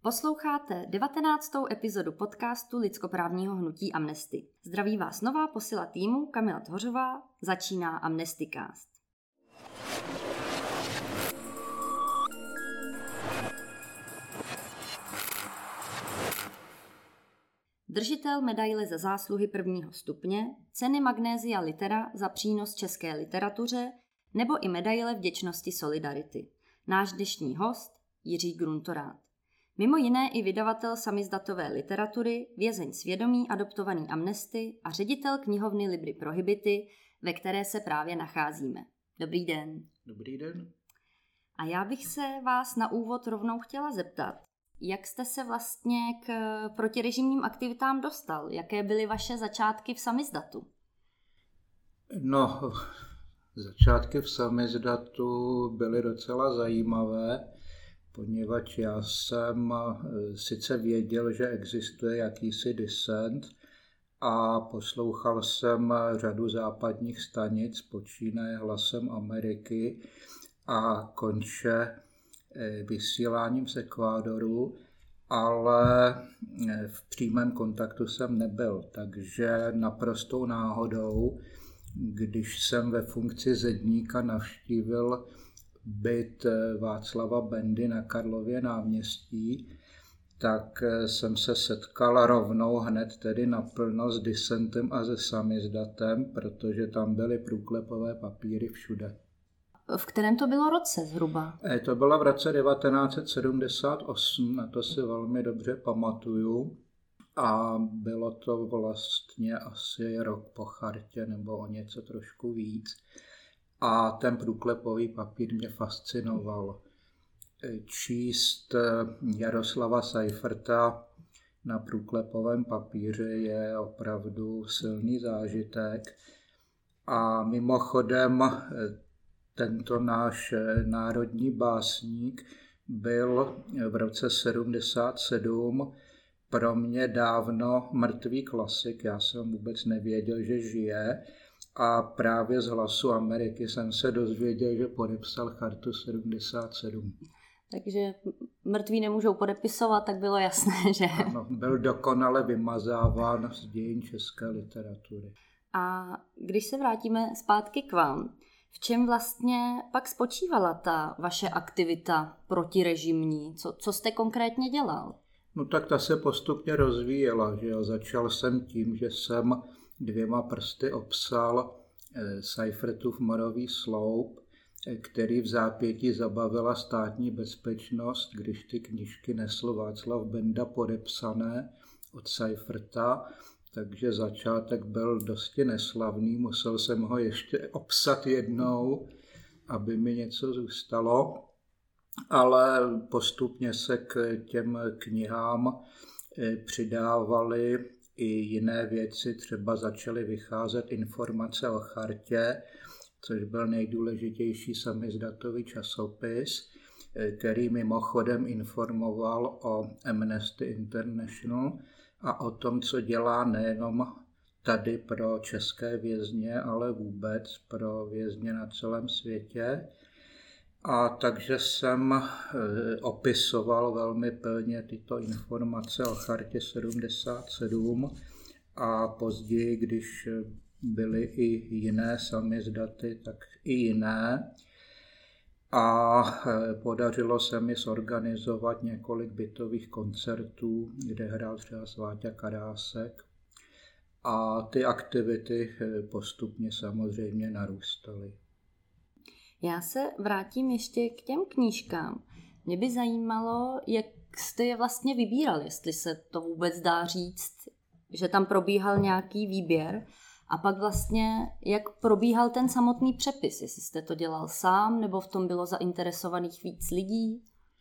Posloucháte 19. epizodu podcastu lidskoprávního hnutí Amnesty. Zdraví vás nová posila týmu Kamila Tvořová, začíná Amnestycast. Držitel medaile za zásluhy prvního stupně, ceny Magnesia Litera za přínos české literatuře nebo i medaile vděčnosti Solidarity. Náš dnešní host Jiří Gruntorát. Mimo jiné i vydavatel samizdatové literatury, vězeň svědomí adoptovaný Amnesty a ředitel knihovny Libry Prohibity, ve které se právě nacházíme. Dobrý den. Dobrý den. A já bych se vás na úvod rovnou chtěla zeptat, jak jste se vlastně k protirežimním aktivitám dostal? Jaké byly vaše začátky v samizdatu? No, začátky v samizdatu byly docela zajímavé, poněvadž já jsem sice věděl, že existuje jakýsi disent a poslouchal jsem řadu západních stanic, počínaje Hlasem Ameriky a konče vysíláním z Ekvádoru, ale v přímém kontaktu jsem nebyl, takže naprostou náhodou, když jsem ve funkci zedníka navštívil byt Václava Bendy na Karlově náměstí, tak jsem se setkal rovnou hned tedy naplno s disentem a se samizdatem, protože tam byly průklepové papíry všude. V kterém to bylo roce zhruba? To bylo v roce 1978, na to si velmi dobře pamatuju. A bylo to vlastně asi rok po chartě nebo o něco trošku víc. A ten průklepový papír mě fascinoval. Číst Jaroslava Seiferta na průklepovém papíře je opravdu silný zážitek. A mimochodem tento náš národní básník byl v roce 77 pro mě dávno mrtvý klasik. Já jsem vůbec nevěděl, že žije. A právě z Hlasu Ameriky jsem se dozvěděl, že podepsal chartu 77. Takže mrtví nemůžou podepisovat, tak bylo jasné, že... Ano, byl dokonale vymazáván z dějin české literatury. A když se vrátíme zpátky k vám, v čem vlastně pak spočívala ta vaše aktivita protirežimní? Co jste konkrétně dělal? No tak ta se postupně rozvíjela, že jo. Začal jsem tím, že jsem 2 prsty obsal Seifertův Morový sloup, který v zápětí zabavila Státní bezpečnost, když ty knížky nesl Václav Benda podepsané od Seiferta, takže začátek byl dosti neslavný, musel jsem ho ještě obsat jednou, aby mi něco zůstalo, ale postupně se k těm knihám přidávaly i jiné věci, třeba začaly vycházet informace o chartě, což byl nejdůležitější samizdatový časopis, který mimochodem informoval o Amnesty International a o tom, co dělá nejenom tady pro české vězně, ale vůbec pro vězně na celém světě. A takže jsem opisoval velmi plně tyto informace o chartě 77 a později, když byly i jiné samizdaty, tak i jiné. A podařilo se mi zorganizovat několik bytových koncertů, kde hrál třeba Sváťa Karásek. A ty aktivity postupně samozřejmě narůstaly. Já se vrátím ještě k těm knížkám. Mě by zajímalo, jak jste je vlastně vybíral, jestli se to vůbec dá říct, že tam probíhal nějaký výběr. A pak vlastně, jak probíhal ten samotný přepis, jestli jste to dělal sám, nebo v tom bylo zainteresovaných víc lidí?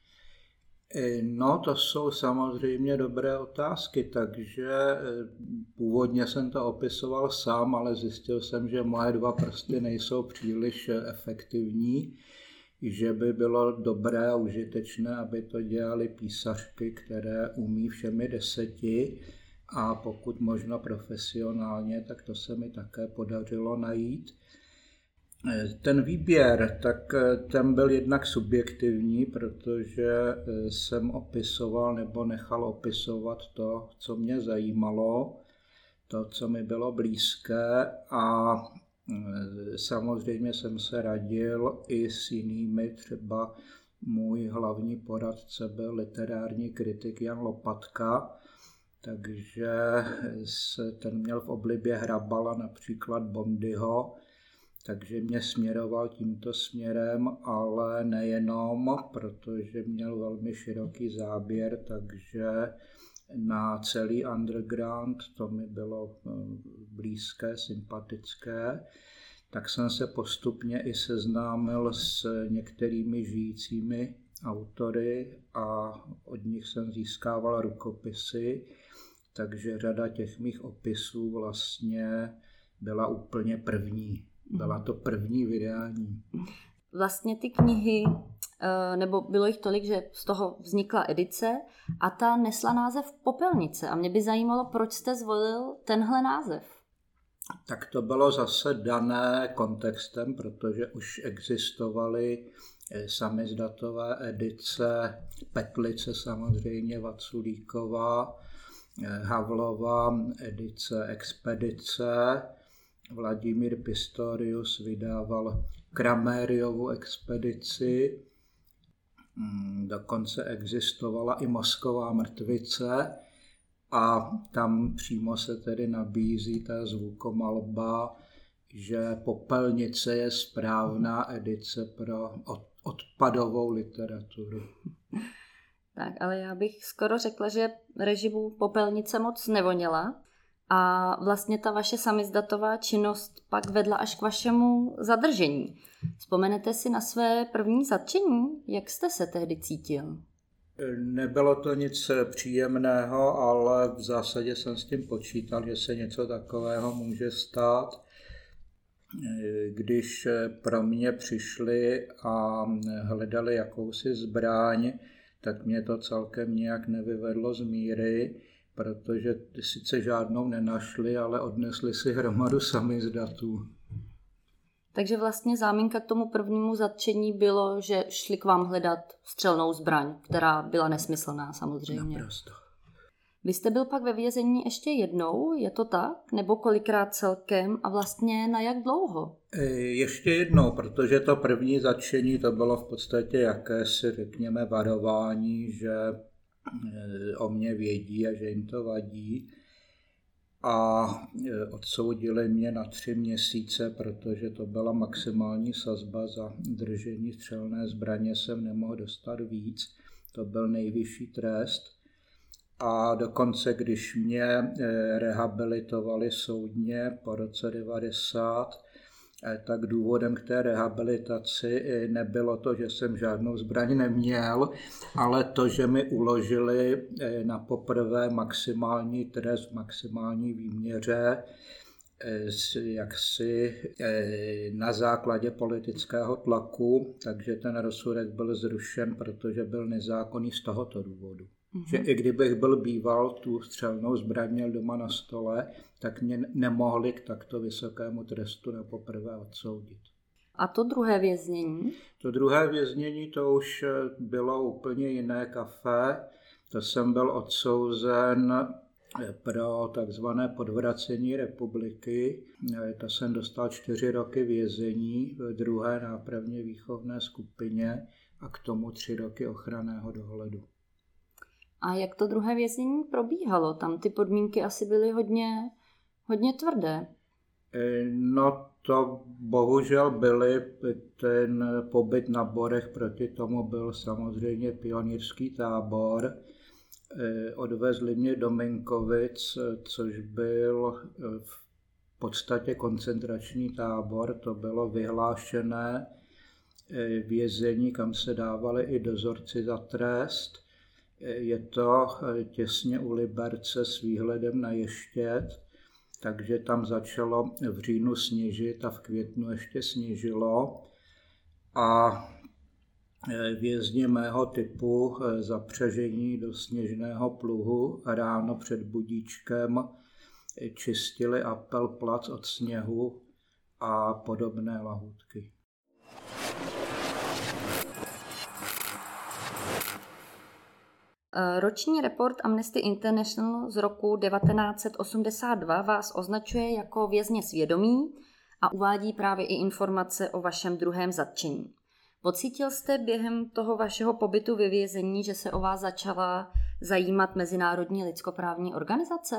No, to jsou samozřejmě dobré otázky, takže původně jsem to opisoval sám, ale zjistil jsem, že moje 2 prsty nejsou příliš efektivní, že by bylo dobré a užitečné, aby to dělali písařky, které umí všemi 10 a pokud možno profesionálně, tak to se mi také podařilo najít. Ten výběr, tak ten byl jednak subjektivní, protože jsem opisoval nebo nechal opisovat to, co mě zajímalo, to, co mi bylo blízké a samozřejmě jsem se radil i s jinými, třeba můj hlavní poradce byl literární kritik Jan Lopatka, takže ten měl v oblibě Hrabala, například Bondyho, takže mě směroval tímto směrem, ale nejenom, protože měl velmi široký záběr, takže na celý underground to mi bylo blízké, sympatické. Tak jsem se postupně i seznámil s některými žijícími autory a od nich jsem získával rukopisy, takže řada těch mých opisů vlastně byla úplně první. Byla to první vydání. Vlastně ty knihy, nebo bylo jich tolik, že z toho vznikla edice a ta nesla název Popelnice. A mě by zajímalo, proč jste zvolil tenhle název. Tak to bylo zase dané kontextem, protože už existovaly samizdatové edice, Petlice samozřejmě, Vaculíková, Havlova, edice Expedice, Vladimír Pistorius vydával Kramériovu expedici, dokonce existovala i Mozková mrtvice a tam přímo se tedy nabízí ta zvukomalba, že Popelnice je správná edice pro odpadovou literaturu. Tak, ale já bych skoro řekla, že režimu Popelnice moc nevoněla. A vlastně ta vaše samizdatová činnost pak vedla až k vašemu zadržení. Vzpomenete si na své první zatčení? Jak jste se tehdy cítil? Nebylo to nic příjemného, ale v zásadě jsem s tím počítal, že se něco takového může stát. Když pro mě přišli a hledali jakousi zbraň, tak mě to celkem nějak nevyvedlo z míry, protože sice žádnou nenašli, ale odnesli si hromadu samizdatů. Takže vlastně záminka k tomu prvnímu zatčení bylo, že šli k vám hledat střelnou zbraň, která byla nesmyslná samozřejmě. Naprosto. Vy jste byl pak ve vězení ještě jednou, je to tak? Nebo kolikrát celkem a vlastně na jak dlouho? Ještě jednou, protože to první zatčení to bylo v podstatě jakési, řekněme, varování, že o mě vědí a že jim to vadí. A odsoudili mě na 3 měsíce, protože to byla maximální sazba za držení střelné zbraně, jsem nemohl dostat víc. To byl nejvyšší trest. A dokonce, když mě rehabilitovali soudně po roce 90, tak důvodem k té rehabilitaci nebylo to, že jsem žádnou zbraň neměl, ale to, že mi uložili na poprvé maximální trest v maximální výměře, jaksi na základě politického tlaku, takže ten rozsudek byl zrušen, protože byl nezákonný z tohoto důvodu. Že i kdybych byl býval tu střelnou zbraň měl doma na stole, tak mě nemohli k takto vysokému trestu na poprvé odsoudit. A to druhé věznění? To druhé věznění to už bylo úplně jiné kafe. To jsem byl odsouzen pro takzvané podvracení republiky. To jsem dostal 4 roky vězení v druhé nápravně výchovné skupině a k tomu 3 roky ochranného dohledu. A jak to druhé věznění probíhalo? Tam ty podmínky asi byly hodně tvrdé. No to bohužel byly. Ten pobyt na Borech proti tomu byl samozřejmě pionýrský tábor. Odvezli mě do Minkovic, což byl v podstatě koncentrační tábor. To bylo vyhlášené vězení, kam se dávali i dozorci za trest. Je to těsně u Liberce s výhledem na Ještěd, takže tam začalo v říjnu sněžit a v květnu ještě sněžilo. A vězni mého typu zapřažení do sněžného pluhu ráno před budíčkem čistili Appelplatz od sněhu a podobné lahůdky. Roční report Amnesty International z roku 1982 vás označuje jako vězně svědomí a uvádí právě i informace o vašem druhém zatčení. Pocítil jste během toho vašeho pobytu ve vězení, že se o vás začala zajímat mezinárodní lidskoprávní organizace?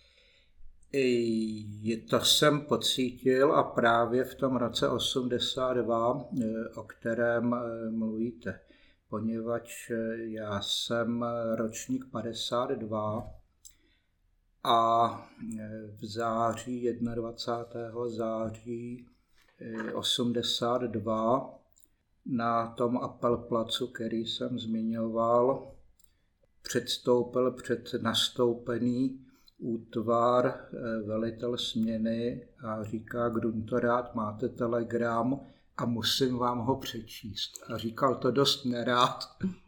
To jsem pocítil a právě v tom roce 82, o kterém mluvíte, poněvadž já jsem ročník 52 a v září, 21. září 82 na tom Appelplacu, který jsem zmiňoval, předstoupil před nastoupený útvar velitel směny a říká: Gruntorát, máte telegram a musím vám ho přečíst. A říkal to dost nerád.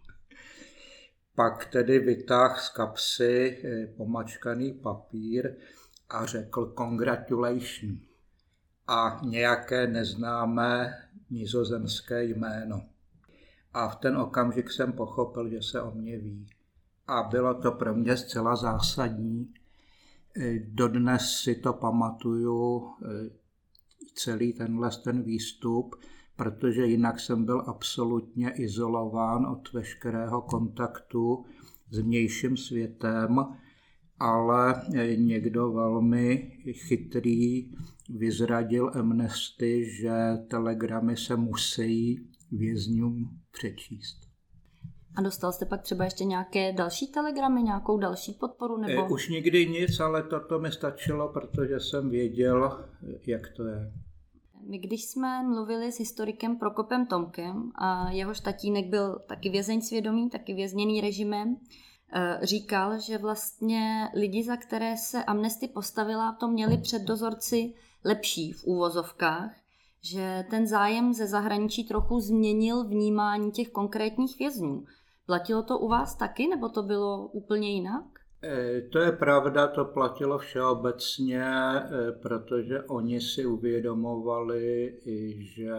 Pak tedy vytáhl z kapsy pomačkaný papír a řekl congratulations a nějaké neznámé nizozemské jméno. A v ten okamžik jsem pochopil, že se o mě ví. A bylo to pro mě zcela zásadní. Dodnes si to pamatuju, celý ten výstup, protože jinak jsem byl absolutně izolován od veškerého kontaktu s vnějším světem, ale někdo velmi chytrý vyzradil Amnesty, že telegramy se musí vězňům přečíst. A dostal jste pak třeba ještě nějaké další telegramy, nějakou další podporu? Nebo? Už nikdy nic, ale toto mi stačilo, protože jsem věděl, jak to je. My když jsme mluvili s historikem Prokopem Tomkem a jehož tatínek byl taky vězeň svědomí, taky vězněný režimem, říkal, že vlastně lidi, za které se Amnesty postavila, to měli před dozorci lepší v úvozovkách, že ten zájem ze zahraničí trochu změnil vnímání těch konkrétních vězňů. Platilo to u vás taky, nebo to bylo úplně jinak? To je pravda, to platilo všeobecně, protože oni si uvědomovali, že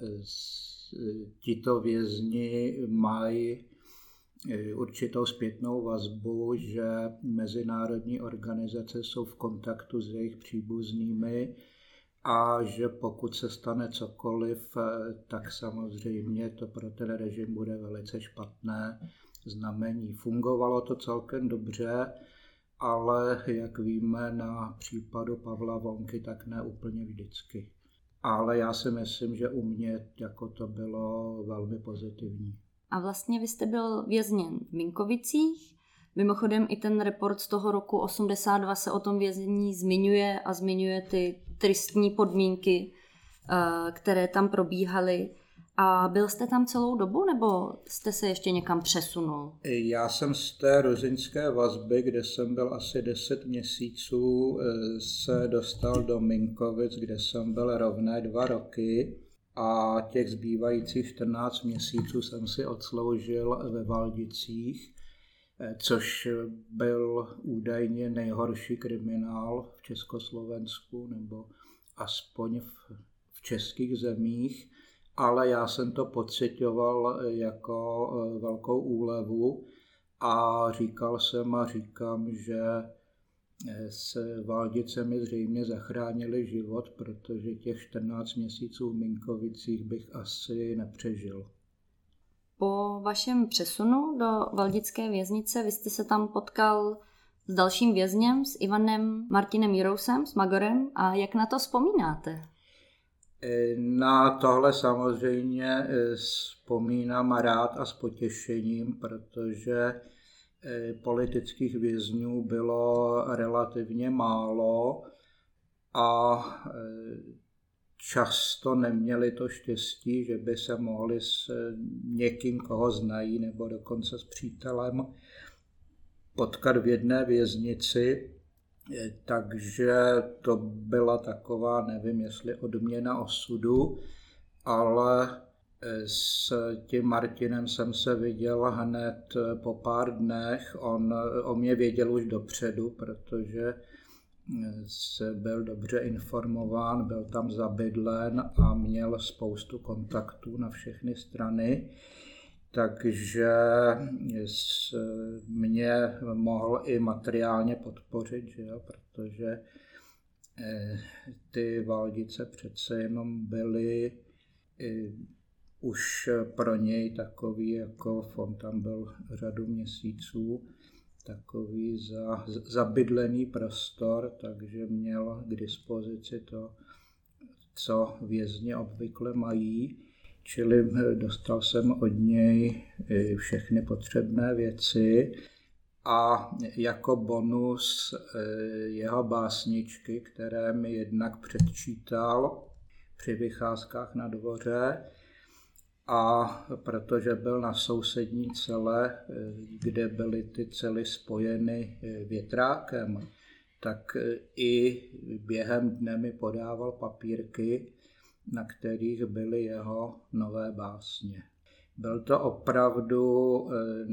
tito vězni mají určitou zpětnou vazbu, že mezinárodní organizace jsou v kontaktu s jejich příbuznými a že pokud se stane cokoliv, tak samozřejmě to pro ten režim bude velice špatné znamení. Fungovalo to celkem dobře, ale jak víme na případu Pavla Vonky, tak ne úplně vždycky. Ale já si myslím, že u mě jako to bylo velmi pozitivní. A vlastně vy jste byl vězněn v Minkovicích. Mimochodem i ten report z toho roku 82 se o tom vězení zmiňuje a zmiňuje ty tristní podmínky, které tam probíhaly. A byl jste tam celou dobu, nebo jste se ještě někam přesunul? Já jsem z té ruzyňské vazby, kde jsem byl asi 10 měsíců, se dostal do Minkovic, kde jsem byl rovné 2 roky. A těch zbývajících 14 měsíců jsem si odsloužil ve Valdicích, což byl údajně nejhorší kriminál v Československu, nebo aspoň v českých zemích, ale já jsem to pociťoval jako velkou úlevu a říkal jsem a říkám, že s Valdicemi zřejmě zachránili život, protože těch 14 měsíců v Minkovicích bych asi nepřežil. Po vašem přesunu do valdické věznice vy jste se tam potkal s dalším vězněm, s Ivanem Martinem Jirousem, s Magorem. A jak na to vzpomínáte? Na tohle samozřejmě vzpomínám rád a s potěšením, protože politických vězňů bylo relativně málo a často neměli to štěstí, že by se mohli s někým, koho znají, nebo dokonce s přítelem potkat v jedné věznici. Takže to byla taková, nevím, jestli odměna osudu, ale s tím Martinem jsem se viděl hned po pár dnech. On o mě věděl už dopředu, protože byl dobře informován, byl tam zabydlen a měl spoustu kontaktů na všechny strany, takže mě mohl i materiálně podpořit, že jo, protože ty Valdice přece jenom byly už pro něj takový, jako on tam byl řadu měsíců, takový zabydlený prostor, takže měl k dispozici to, co vězni obvykle mají, čili dostal jsem od něj všechny potřebné věci a jako bonus jeho básničky, které mi jednak předčítal při vycházkách na dvoře, a protože byl na sousední cele, kde byly ty cely spojeny větrákem, tak i během dne mi podával papírky, na kterých byly jeho nové básně. Byl to opravdu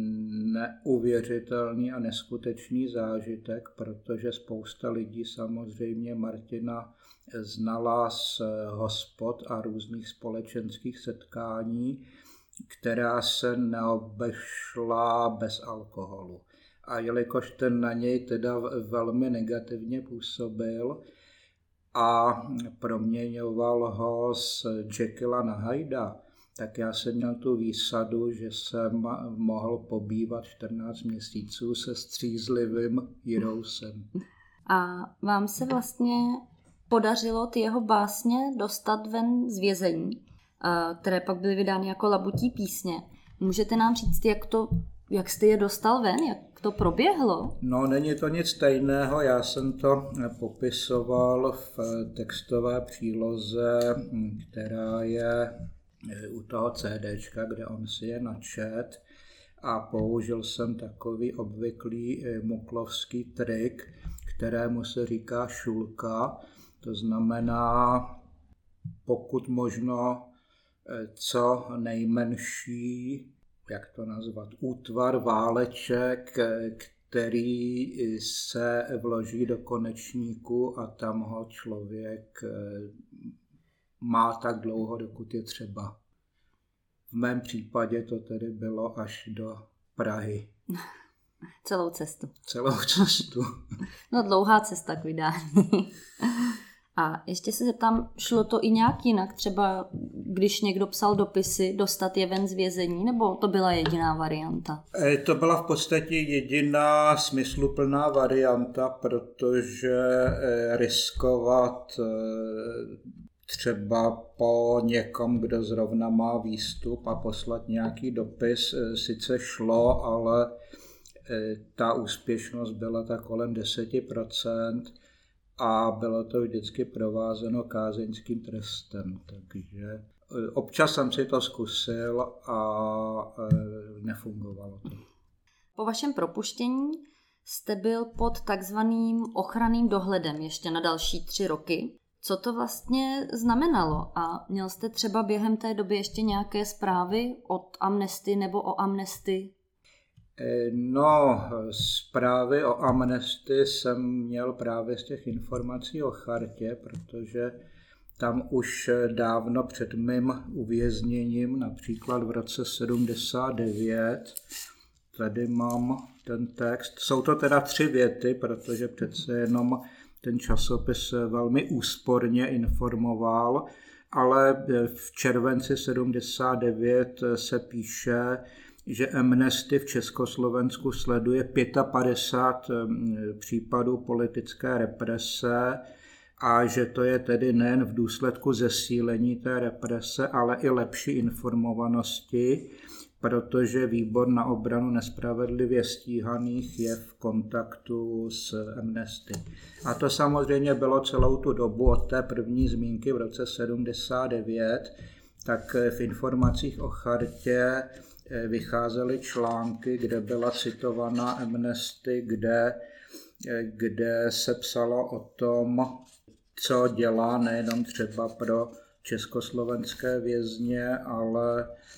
neuvěřitelný a neskutečný zážitek, protože spousta lidí samozřejmě Martina znala z hospod a různých společenských setkání, která se neobešla bez alkoholu. A jelikož ten na něj teda velmi negativně působil a proměňoval ho z Jekylla na Hyda, tak já jsem měl tu výsadu, že jsem mohl pobývat 14 měsíců se střízlivým Jirousem. A vám se vlastně podařilo ty jeho básně dostat ven z vězení, které pak byly vydány jako labutí písně. Můžete nám říct, jak jste je dostal ven, jak to proběhlo? No, není to nic stejného, já jsem to popisoval v textové příloze, která je u toho CDčka, kde on si je načet, a použil jsem takový obvyklý muklovský trik, kterému se říká šulka, to znamená pokud možno co nejmenší, jak to nazvat, útvar, váleček, který se vloží do konečníku a tam ho člověk má tak dlouho, dokud je třeba. V mém případě to tedy bylo až do Prahy. Celou cestu. Celou cestu. No, dlouhá cesta k vydání. A ještě se zeptám, šlo to i nějak jinak? Třeba když někdo psal dopisy, dostat je ven z vězení, nebo to byla jediná varianta? To byla v podstatě jediná smysluplná varianta, protože riskovat třeba po někom, kdo zrovna má výstup a poslat nějaký dopis, sice šlo, ale ta úspěšnost byla tak kolem 10% a bylo to vždycky provázeno kázeňským trestem. Takže občas jsem si to zkusil a nefungovalo to. Po vašem propuštění jste byl pod takzvaným ochranným dohledem ještě na další 3 roky. Co to vlastně znamenalo? A měl jste třeba během té doby ještě nějaké zprávy od Amnesty nebo o Amnesty? No, zprávy o Amnesty jsem měl právě z těch informací o chartě, protože tam už dávno před mým uvězněním, například v roce 79, tady mám ten text, jsou to teda 3 věty, protože přece jenom ten časopis velmi úsporně informoval, ale v červenci 79 se píše, že Amnesty v Československu sleduje 55 případů politické represe a že to je tedy nejen v důsledku zesílení té represe, ale i lepší informovanosti, protože Výbor na obranu nespravedlivě stíhaných je v kontaktu s Amnesty. A to samozřejmě bylo celou tu dobu od té první zmínky v roce 79, tak v informacích o chartě vycházely články, kde byla citovaná Amnesty, kde se psalo o tom, co dělá nejenom třeba pro československé vězně, ale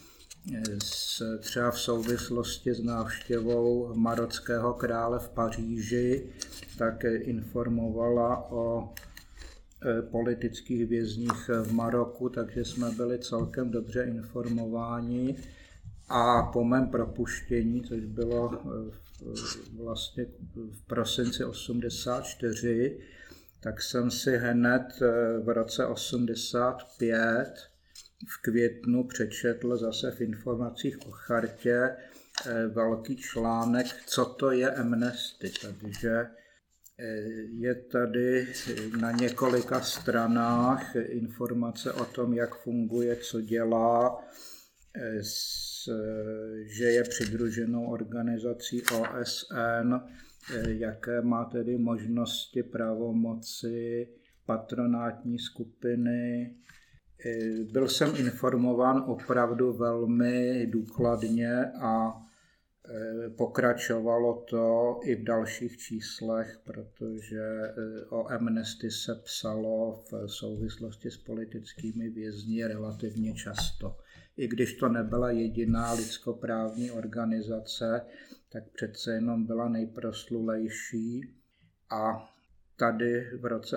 třeba v souvislosti s návštěvou marockého krále v Paříži, tak informovala o politických vězních v Maroku, takže jsme byli celkem dobře informováni. A po mém propuštění, což bylo vlastně v prosinci 1984, tak jsem si hned v roce 1985 v květnu přečetl zase v informacích o chartě velký článek, co to je Amnesty. Takže je tady na několika stranách informace o tom, jak funguje, co dělá, že je přidruženou organizací OSN, jaké má tedy možnosti, pravomoci, patronátní skupiny. Byl jsem informován opravdu velmi důkladně a pokračovalo to i v dalších číslech, protože o Amnesty se psalo v souvislosti s politickými vězni relativně často. I když to nebyla jediná lidskoprávní organizace, tak přece jenom byla nejproslulejší. A tady v roce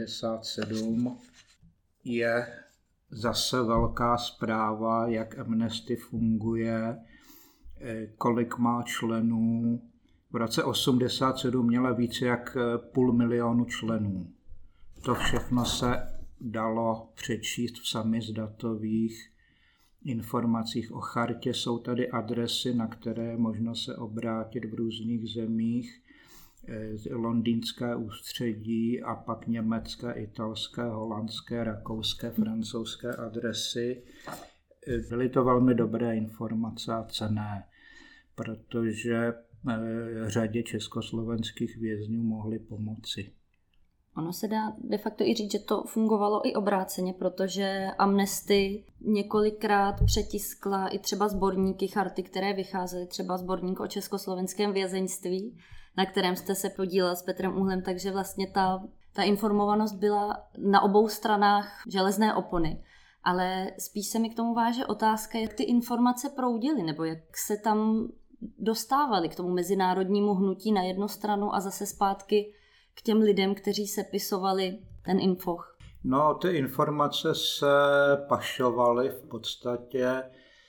1987 je zase velká zpráva, jak Amnesty funguje, kolik má členů. V roce 1987 měla více jak 500 000 členů. To všechno se dalo přečíst v samizdatových informacích o chartě. Jsou tady adresy, na které je možno se obrátit v různých zemích. Londýnské ústředí a pak německé, italské, holandské, rakouské, francouzské adresy. Byly to velmi dobré informace a cenné, protože řadě československých vězňů mohly pomoci. Ono se dá de facto i říct, že to fungovalo i obráceně, protože Amnesty několikrát přetiskla i třeba sborníky charty, které vycházely, třeba sborník o československém vězeňství, na kterém jste se podílel s Petrem Uhlem, takže vlastně ta informovanost byla na obou stranách železné opony. Ale spíš se mi k tomu váže otázka, jak ty informace proudily, nebo jak se tam dostávaly k tomu mezinárodnímu hnutí na jednu stranu a zase zpátky k těm lidem, kteří sepisovali ten infoch. No, ty informace se pašovaly v podstatě,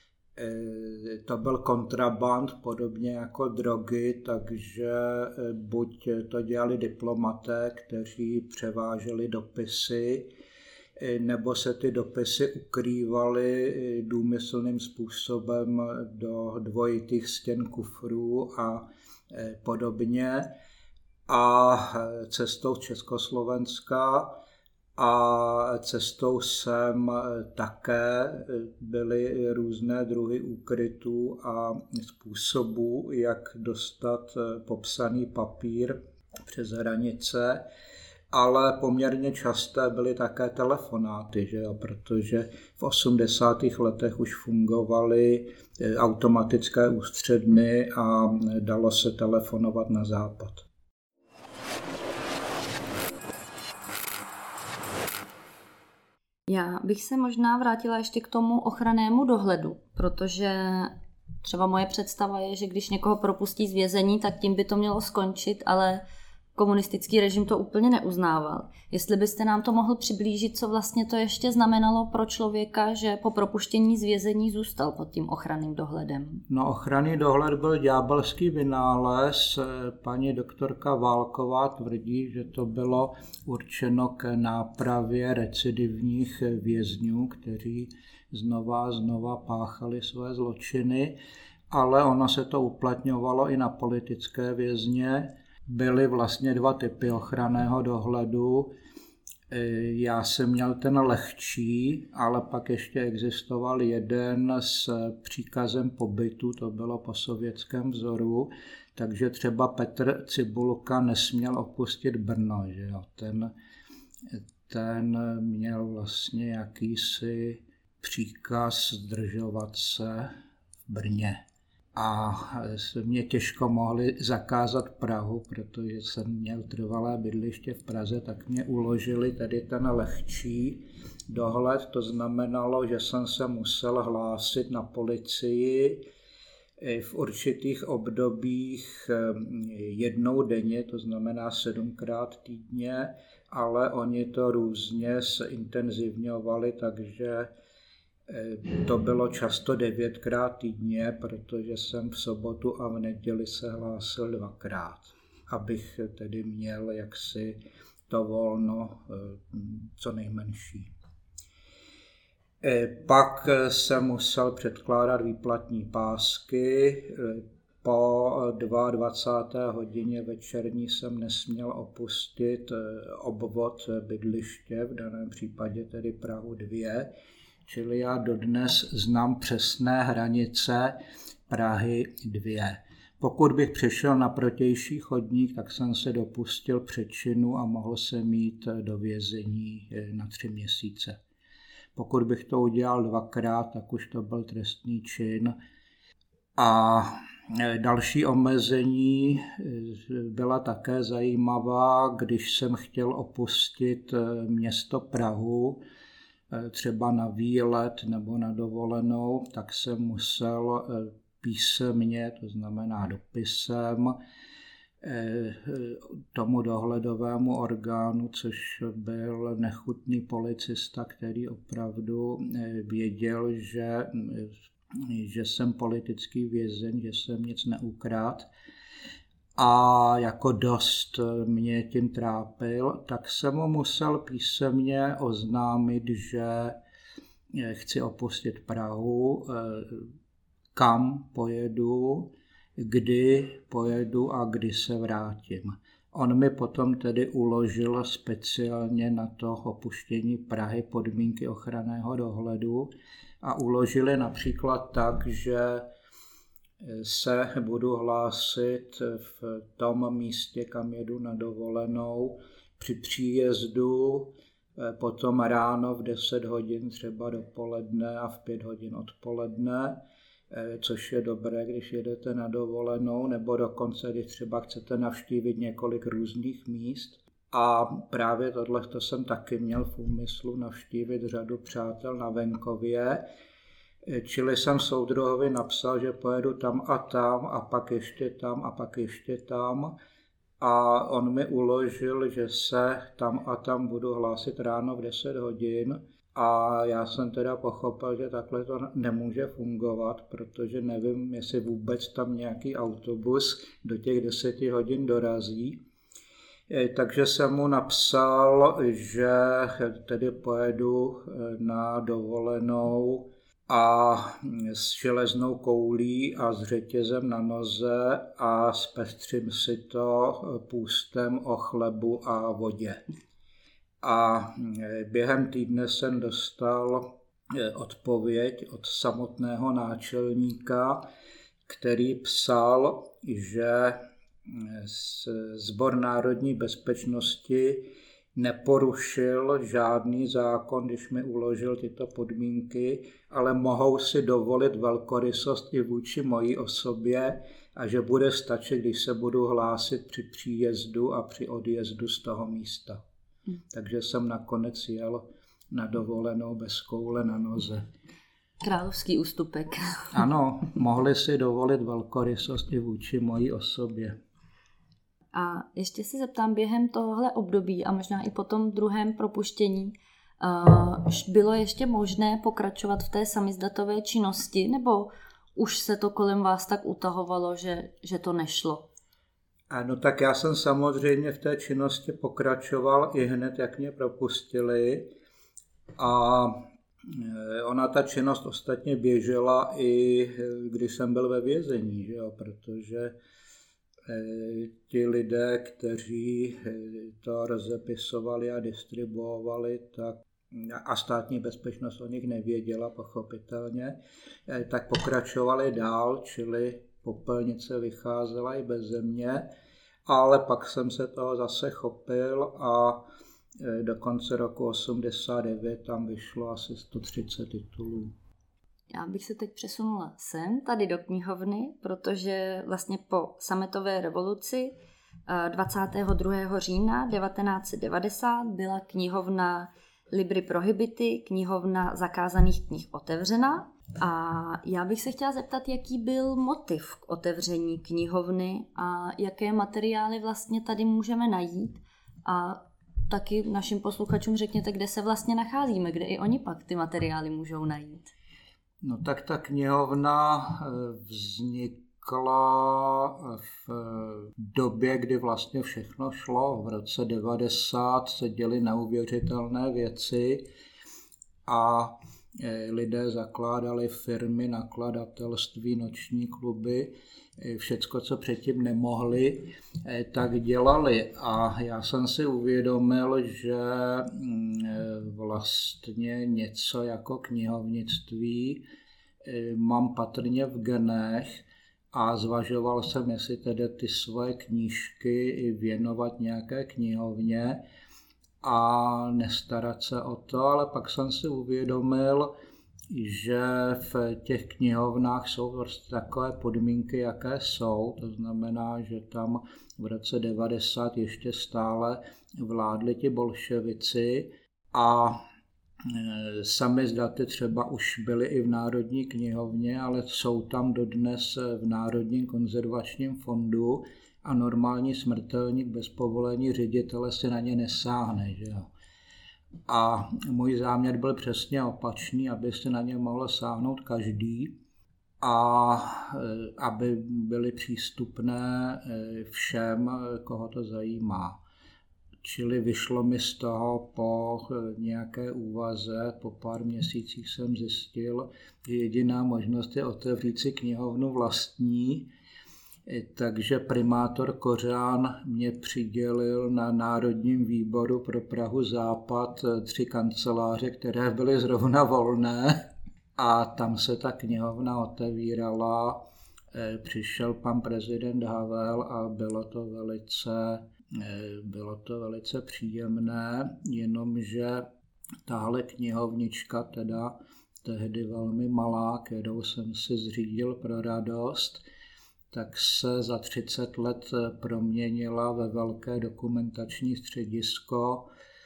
to byl kontraband, podobně jako drogy, takže buď to dělali diplomaté, kteří převáželi dopisy, nebo se ty dopisy ukrývaly důmyslným způsobem do dvojitých stěn kufrů a podobně. A cestou z Československa a cestou sem také byly různé druhy úkrytů a způsobů, jak dostat popsaný papír přes hranice. Ale poměrně časté byly také telefonáty, že jo? Protože v 80. letech už fungovaly automatické ústředny a dalo se telefonovat na západ. Já bych se možná vrátila ještě k tomu ochrannému dohledu, protože třeba moje představa je, že když někoho propustí z vězení, tak tím by to mělo skončit, ale komunistický režim to úplně neuznával. Jestli byste nám to mohl přiblížit, co vlastně to ještě znamenalo pro člověka, že po propuštění z vězení zůstal pod tím ochranným dohledem? No, ochranný dohled byl ďábelský vynález. Paní doktorka Válková tvrdí, že to bylo určeno k nápravě recidivních vězňů, kteří znova páchali své zločiny, ale ono se to uplatňovalo i na politické vězně. Byly vlastně dva typy ochranného dohledu. Já jsem měl ten lehčí, ale pak ještě existoval jeden s příkazem pobytu, to bylo po sovětském vzoru, takže třeba Petr Cibulka nesměl opustit Brno. Že jo? Ten měl vlastně jakýsi příkaz zdržovat se v Brně. a mě těžko mohli zakázat Prahu, protože jsem měl trvalé bydliště v Praze, tak mě uložili tady ten lehčí dohled. To znamenalo, že jsem se musel hlásit na policii v určitých obdobích jednou denně, to znamená 7krát týdně, ale oni to různě zintenzivňovali, takže to bylo často 9krát týdně, protože jsem v sobotu a v neděli se hlásil 2krát, abych tedy měl jaksi to volno co nejmenší. Pak jsem musel předkládat výplatní pásky. Po 22. hodině večerní jsem nesměl opustit obvod bydliště, v daném případě tedy Prahu 2, čili já dodnes znám přesné hranice Prahy 2. Pokud bych přešel na protější chodník, tak jsem se dopustil přečinu a mohl jsem jít do vězení na 3 měsíce. Pokud bych to udělal 2krát, tak už to byl trestný čin. A další omezení byla také zajímavá, když jsem chtěl opustit město Prahu, třeba na výlet nebo na dovolenou, tak jsem musel písemně, to znamená dopisem, tomu dohledovému orgánu, což byl nechutný policista, který opravdu věděl, že jsem politický vězeň, že jsem nic neukradl a jako dost mě tím trápil, tak jsem mu musel písemně oznámit, že chci opustit Prahu, kam pojedu, kdy pojedu a kdy se vrátím. On mi potom tedy uložil speciálně na to opuštění Prahy podmínky ochranného dohledu a uložili například tak, že se budu hlásit v tom místě, kam jedu na dovolenou, při příjezdu, potom ráno v 10 hodin třeba dopoledne a v 5 hodin odpoledne, což je dobré, když jedete na dovolenou, nebo dokonce, když třeba chcete navštívit několik různých míst. A právě tohle jsem taky měl v úmyslu navštívit řadu přátel na venkově, čili jsem soudruhovi napsal, že pojedu tam a pak ještě tam a pak ještě tam. A on mi uložil, že se tam a tam budu hlásit ráno v 10 hodin. A já jsem teda pochopil, že takhle to nemůže fungovat, protože nevím, jestli vůbec tam nějaký autobus do těch 10 hodin dorazí. Takže jsem mu napsal, že tedy pojedu na dovolenou a s železnou koulí a s řetězem na noze a zpestřím si to půstem o chlebu a vodě. A během týdne jsem dostal odpověď od samotného náčelníka, který psal, že Sbor národní bezpečnosti neporušil žádný zákon, když mi uložil tyto podmínky, ale mohou si dovolit velkorysost i vůči mojí osobě a že bude stačit, když se budu hlásit při příjezdu a při odjezdu z toho místa. Takže jsem nakonec jel na dovolenou bez koule na noze. Královský ústupek. Ano, mohli si dovolit velkorysost i vůči mojí osobě. A ještě se zeptám, během tohohle období a možná i po tom druhém propuštění, bylo ještě možné pokračovat v té samizdatové činnosti, nebo už se to kolem vás tak utahovalo, že to nešlo? Ano, tak já jsem samozřejmě v té činnosti pokračoval i hned, jak mě propustili. A ona ta činnost ostatně běžela i když jsem byl ve vězení, že jo? Protože ti lidé, kteří to rozepisovali a distribuovali, tak, a státní bezpečnost o nich nevěděla pochopitelně, tak pokračovali dál, čili popelnice vycházela i beze mě, ale pak jsem se toho zase chopil a do konce roku 89 tam vyšlo asi 130 titulů. Já bych se teď přesunula sem, tady do knihovny, protože vlastně po sametové revoluci 22. října 1990 byla knihovna Libri Prohibity, knihovna zakázaných knih, otevřena. A já bych se chtěla zeptat, jaký byl motiv k otevření knihovny a jaké materiály vlastně tady můžeme najít. A taky našim posluchačům řekněte, kde se vlastně nacházíme, kde i oni pak ty materiály můžou najít. No tak ta knihovna vznikla v době, kdy vlastně všechno šlo. V roce 90 se děly neuvěřitelné věci a lidé zakládali firmy, nakladatelství, noční kluby, všecko, co předtím nemohli, tak dělali. A já jsem si uvědomil, že vlastně něco jako knihovnictví mám patrně v genech a zvažoval jsem, jestli tedy ty svoje knížky věnovat nějaké knihovně a nestarat se o to, ale pak jsem si uvědomil, že v těch knihovnách jsou prostě takové podmínky, jaké jsou. To znamená, že tam v roce 90 ještě stále vládli ti bolševici a samizdaty třeba už byly i v Národní knihovně, ale jsou tam dodnes v Národním konzervačním fondu a normální smrtelník bez povolení ředitele si na ně nesáhne. Že jo? A můj záměr byl přesně opačný, aby si na ně mohl sáhnout každý a aby byly přístupné všem, koho to zajímá. Čili vyšlo mi z toho po nějaké úvaze, po pár měsících jsem zjistil, že jediná možnost je otevřít si knihovnu vlastní, takže primátor Kořán mě přidělil na Národním výboru pro Prahu Západ 3 kanceláře, které byly zrovna volné a tam se ta knihovna otevírala. Přišel pan prezident Havel a bylo to velice příjemné, jenomže tahle knihovnička, teda tehdy velmi malá, kterou jsem si zřídil pro radost, tak se za 30 let proměnila ve velké dokumentační středisko,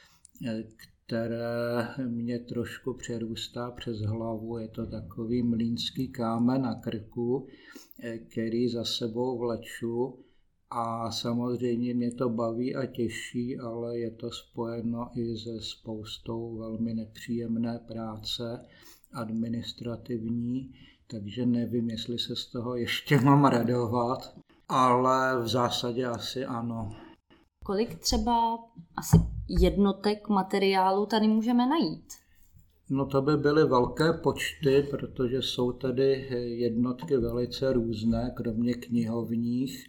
které mě trošku přerůstá přes hlavu. Je to takový mlýnský kámen na krku, který za sebou vleču a samozřejmě mě to baví a těší, ale je to spojeno i se spoustou velmi nepříjemné práce administrativní, takže nevím, jestli se z toho ještě mám radovat, ale v zásadě asi ano. Kolik třeba asi jednotek materiálu tady můžeme najít? No to by byly velké počty, protože jsou tady jednotky velice různé, kromě knihovních,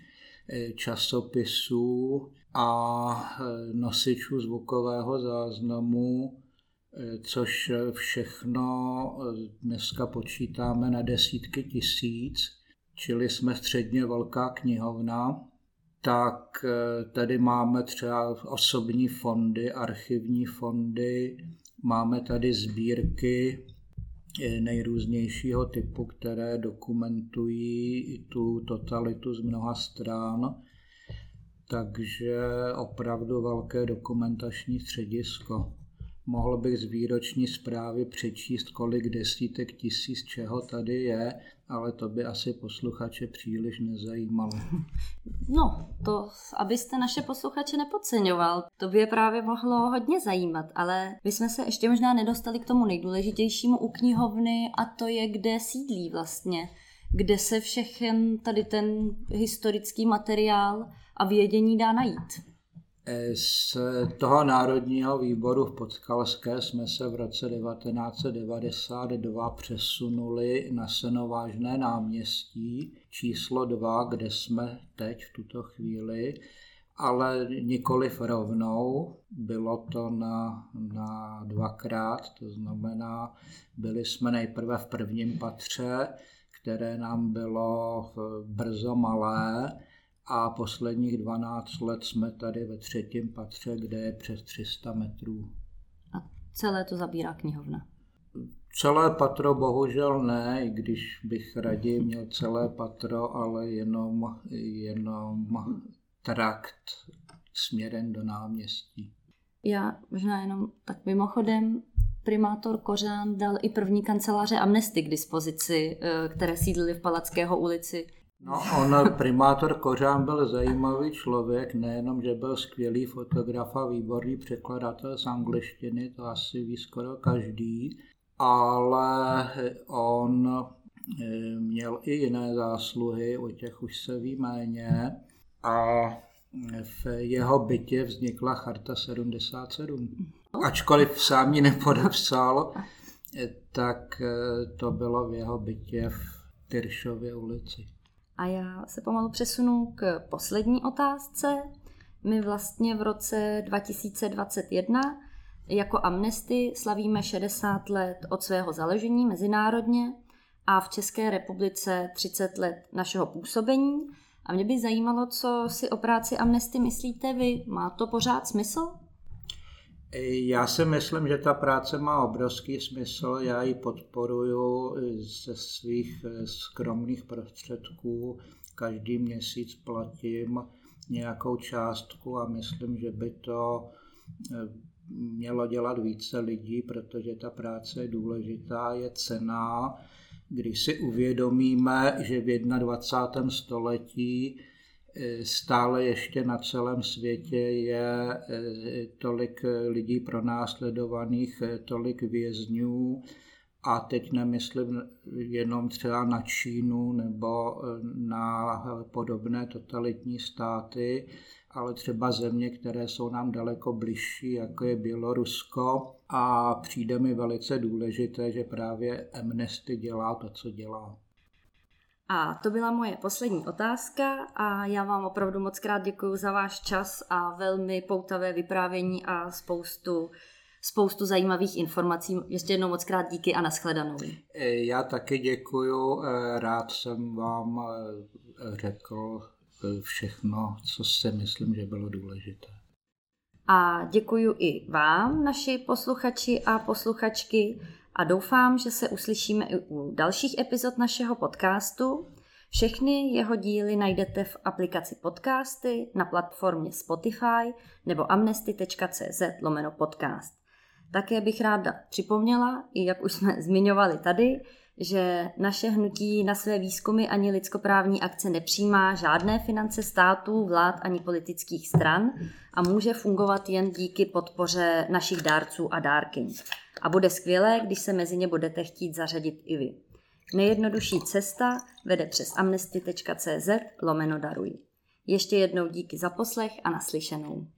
časopisů a nosičů zvukového záznamu, což všechno dneska počítáme na desítky tisíc, čili jsme středně velká knihovna. Tak tady máme třeba osobní fondy, archivní fondy, máme tady sbírky nejrůznějšího typu, které dokumentují tu totalitu z mnoha stran, takže opravdu velké dokumentační středisko. Mohl bych z výroční zprávy přečíst, kolik desítek tisíc čeho tady je, ale to by asi posluchače příliš nezajímalo. No, to abyste naše posluchače nepodceňoval, to by je právě mohlo hodně zajímat, ale my jsme se ještě možná nedostali k tomu nejdůležitějšímu u knihovny a to je, kde sídlí vlastně, kde se všechen tady ten historický materiál a vědění dá najít. Z toho Národního výboru v Podskalské jsme se v roce 1992 přesunuli na Senovážné náměstí číslo 2, kde jsme teď v tuto chvíli, ale nikoliv rovnou, bylo to na 2krát, to znamená, byli jsme nejprve v prvním patře, které nám bylo brzo malé, a posledních 12 let jsme tady ve 3. patře, kde je přes 300 metrů. A celé to zabírá knihovna? Celé patro bohužel ne, i když bych raději měl celé patro, ale jenom trakt směrem do náměstí. Já možná jenom tak mimochodem, primátor Kořán dal i první kanceláře Amnesty k dispozici, které sídlily v Palackého ulici. No, primátor Kořán byl zajímavý člověk, nejenom, že byl skvělý fotograf a výborný překladatel z angličtiny, to asi ví skoro každý, ale on měl i jiné zásluhy, o těch už se ví méně, a v jeho bytě vznikla Charta 77. Ačkoliv sám ji nepodepsal, tak to bylo v jeho bytě v Tyršově ulici. A já se pomalu přesunu k poslední otázce. My vlastně v roce 2021 jako Amnesty slavíme 60 let od svého založení mezinárodně a v České republice 30 let našeho působení. A mě by zajímalo, co si o práci Amnesty myslíte vy. Má to pořád smysl? Já si myslím, že ta práce má obrovský smysl. Já ji podporuju ze svých skromných prostředků. Každý měsíc platím nějakou částku a myslím, že by to mělo dělat více lidí, protože ta práce je důležitá, je cenná. Když si uvědomíme, že v 21. století stále ještě na celém světě je tolik lidí pronásledovaných, tolik vězňů, a teď nemyslím jenom třeba na Čínu nebo na podobné totalitní státy, ale třeba země, které jsou nám daleko bližší, jako je Bělorusko, a přijde mi velice důležité, že právě Amnesty dělá to, co dělá. A to byla moje poslední otázka a já vám opravdu moc krát děkuji za váš čas a velmi poutavé vyprávění a spoustu zajímavých informací. Ještě jednou moc krát díky a nashledanou. Já taky děkuju, rád jsem vám řekl všechno, co si myslím, že bylo důležité. A děkuju i vám, naši posluchači a posluchačky, a doufám, že se uslyšíme i u dalších epizod našeho podcastu. Všechny jeho díly najdete v aplikaci Podcasty, na platformě Spotify nebo amnesty.cz/podcast. Také bych ráda připomněla, i jak už jsme zmiňovali tady, že naše hnutí na své výzkumy ani lidskoprávní akce nepřijímá žádné finance států, vlád ani politických stran a může fungovat jen díky podpoře našich dárců a dárkyň. A bude skvělé, když se mezi ně budete chtít zařadit i vy. Nejjednodušší cesta vede přes amnesty.cz/daruj. Ještě jednou díky za poslech a naslyšenou.